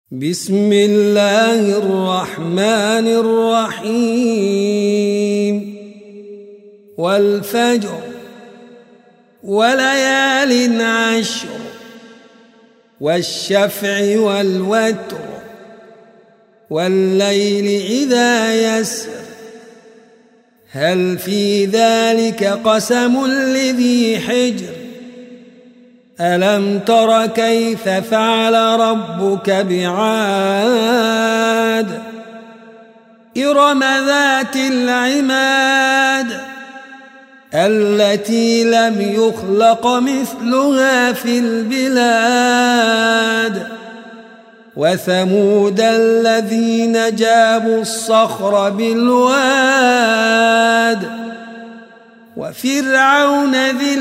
بسم الله الرحمن الرحيم والفجر وليال عشر والشفع والوتر والليل إذا يسر هل في ذلك قسم لذي حجر ألم تر كيف فعل ربك بعاد إرم ذات العماد التي لم يخلق مثلها في البلاد وثمود الذين جابوا الصخر بالواد وفرعون ذي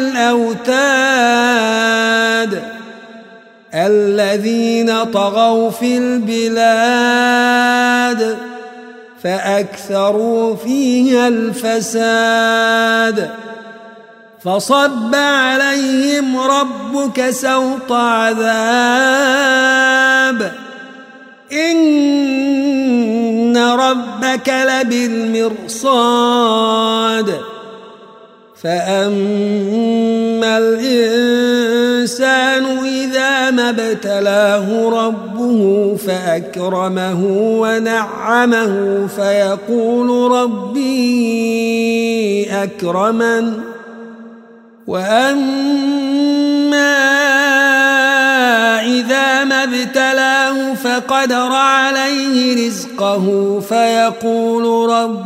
الأوتاد الذين طغوا في البلاد فأكثروا فيها الفساد فصب عليهم ربك سوط عذاب إن ربك لبالمرصاد فأما الإنسان إذا ما ابتلاه ربه فأكرمه ونعمه فيقول ربي أكرمن وأما إذا ما ابتلاه فقدر عليه رزقه فيقول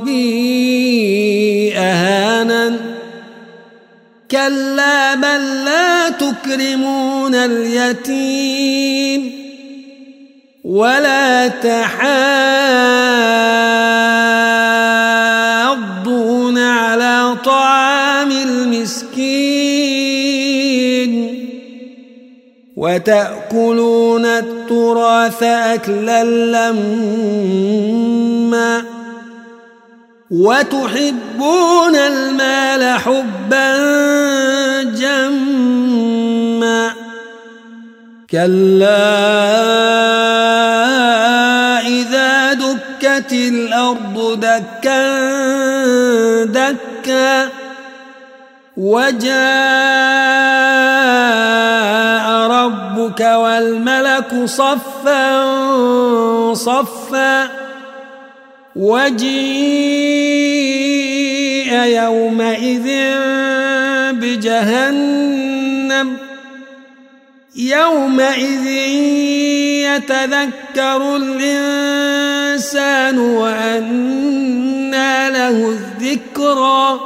ربي أهانن كلا بل لا تكرمون اليتيم ولا تحاضون على طعام المسكين وتأكلون التراث أكلا لما وتحبون المال حبا جما كلا إذا دكت الأرض دكا دكا وجاء ربك والملك صفا صفا وجيء يومئذ بجهنم يومئذ يتذكر الإنسان وأنى له الذكرى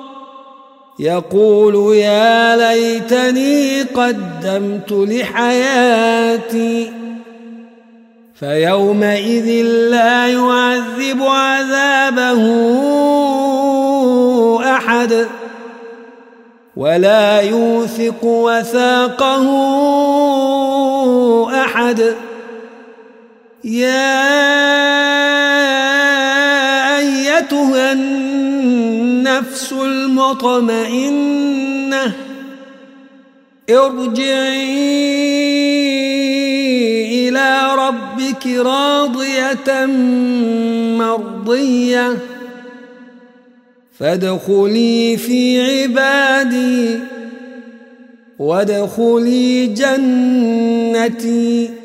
يقول يا ليتني قدمت لحياتي فيومئذ لا يعذب عذابه أحد ولا يوثق وثاقه أحد يا أيتها النفس المطمئنة ارجعي إلى ربك راضية مرضية فادخلي في عبادي وادخلي جنتي